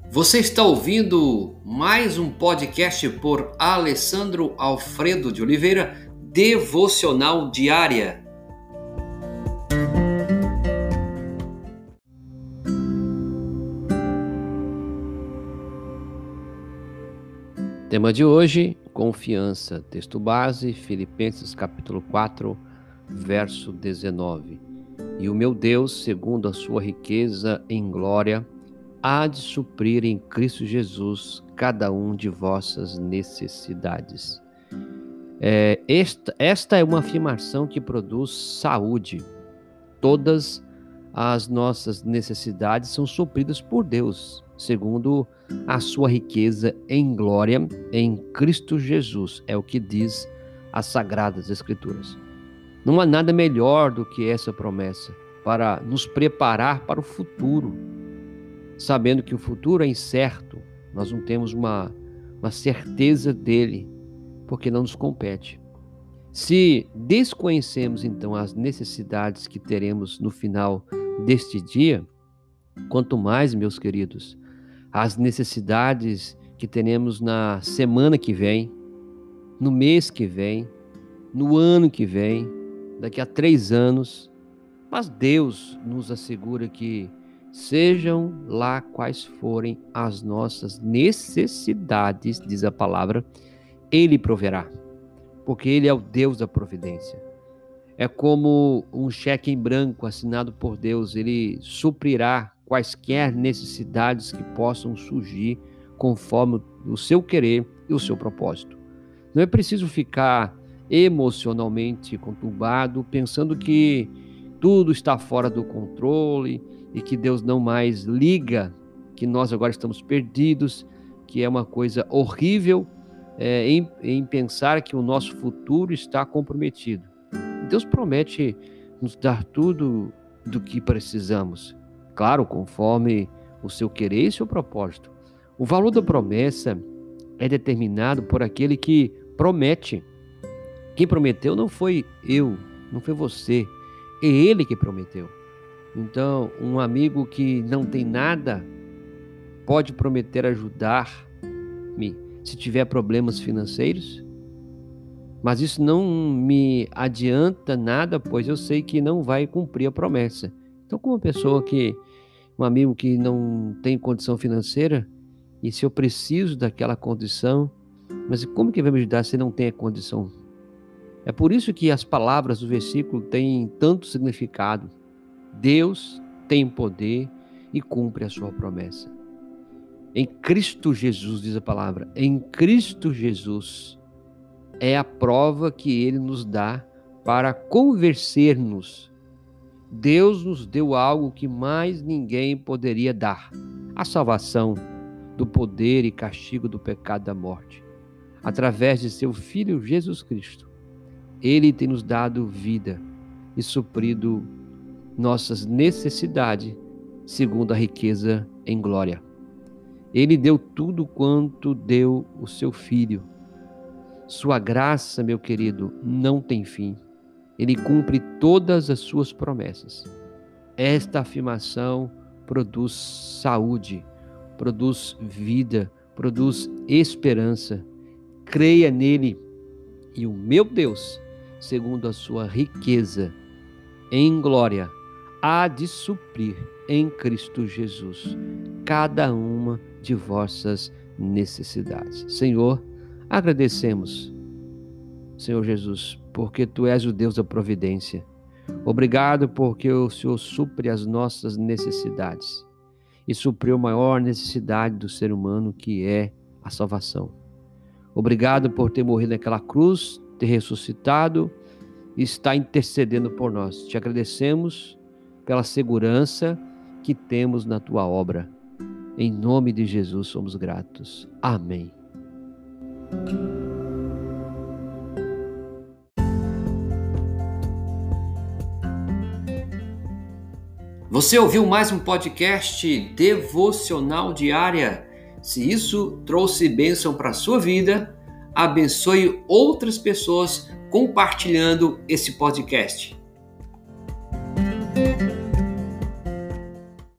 Você está ouvindo mais um podcast por Alessandro Alfredo de Oliveira, Devocional Diária. Tema de hoje, confiança. Texto base, Filipenses capítulo 4, verso 19. E o meu Deus, segundo a sua riqueza em glória, há de suprir em Cristo Jesus cada um de vossas necessidades. Esta é uma afirmação que produz saúde. Todas as nossas necessidades são supridas por Deus, segundo a sua riqueza em glória em Cristo Jesus. É o que diz as Sagradas Escrituras. Não há nada melhor do que essa promessa para nos preparar para o futuro. Sabendo que o futuro é incerto, nós não temos uma certeza dele, porque não nos compete. Se desconhecemos, então, as necessidades que teremos no final deste dia, quanto mais, meus queridos, as necessidades que teremos na semana que vem, no mês que vem, no ano que vem, daqui a 3 anos, mas Deus nos assegura que sejam lá quais forem as nossas necessidades, diz a palavra, Ele proverá, porque Ele é o Deus da providência. É como um cheque em branco assinado por Deus, Ele suprirá quaisquer necessidades que possam surgir conforme o seu querer e o seu propósito. Não é preciso ficar emocionalmente conturbado, pensando que tudo está fora do controle e que Deus não mais liga, que nós agora estamos perdidos, que é uma coisa horrível em pensar que o nosso futuro está comprometido. Deus promete nos dar tudo do que precisamos, claro, conforme o seu querer e seu propósito. O valor da promessa é determinado por aquele que promete. Quem prometeu não foi eu, não foi você, é Ele que prometeu. Então, um amigo que não tem nada pode prometer ajudar-me se tiver problemas financeiros, mas isso não me adianta nada, pois eu sei que não vai cumprir a promessa. Então, como um amigo que não tem condição financeira, e se eu preciso daquela condição, mas como que vai me ajudar se não tem a condição? É por isso que as palavras do versículo têm tanto significado. Deus tem poder e cumpre a sua promessa. Em Cristo Jesus, diz a palavra, em Cristo Jesus é a prova que Ele nos dá para convencer-nos. Deus nos deu algo que mais ninguém poderia dar: a salvação do poder e castigo do pecado da morte. Através de seu Filho Jesus Cristo, Ele tem nos dado vida e suprido nossas necessidades, segundo a riqueza em glória. Ele deu tudo quanto deu o seu Filho. Sua graça, meu querido, não tem fim. Ele cumpre todas as suas promessas. Esta afirmação produz saúde, produz vida, produz esperança. Creia nele e o meu Deus, segundo a sua riqueza em glória, há de suprir em Cristo Jesus cada uma de vossas necessidades. Senhor, agradecemos, Senhor Jesus, porque Tu és o Deus da providência. Obrigado porque o Senhor supre as nossas necessidades e supriu a maior necessidade do ser humano, que é a salvação. Obrigado por ter morrido naquela cruz, ter ressuscitado e está intercedendo por nós. Te agradecemos pela segurança que temos na Tua obra. Em nome de Jesus somos gratos. Amém. Você ouviu mais um podcast Devocional Diária? Se isso trouxe bênção para a sua vida, abençoe outras pessoas compartilhando esse podcast.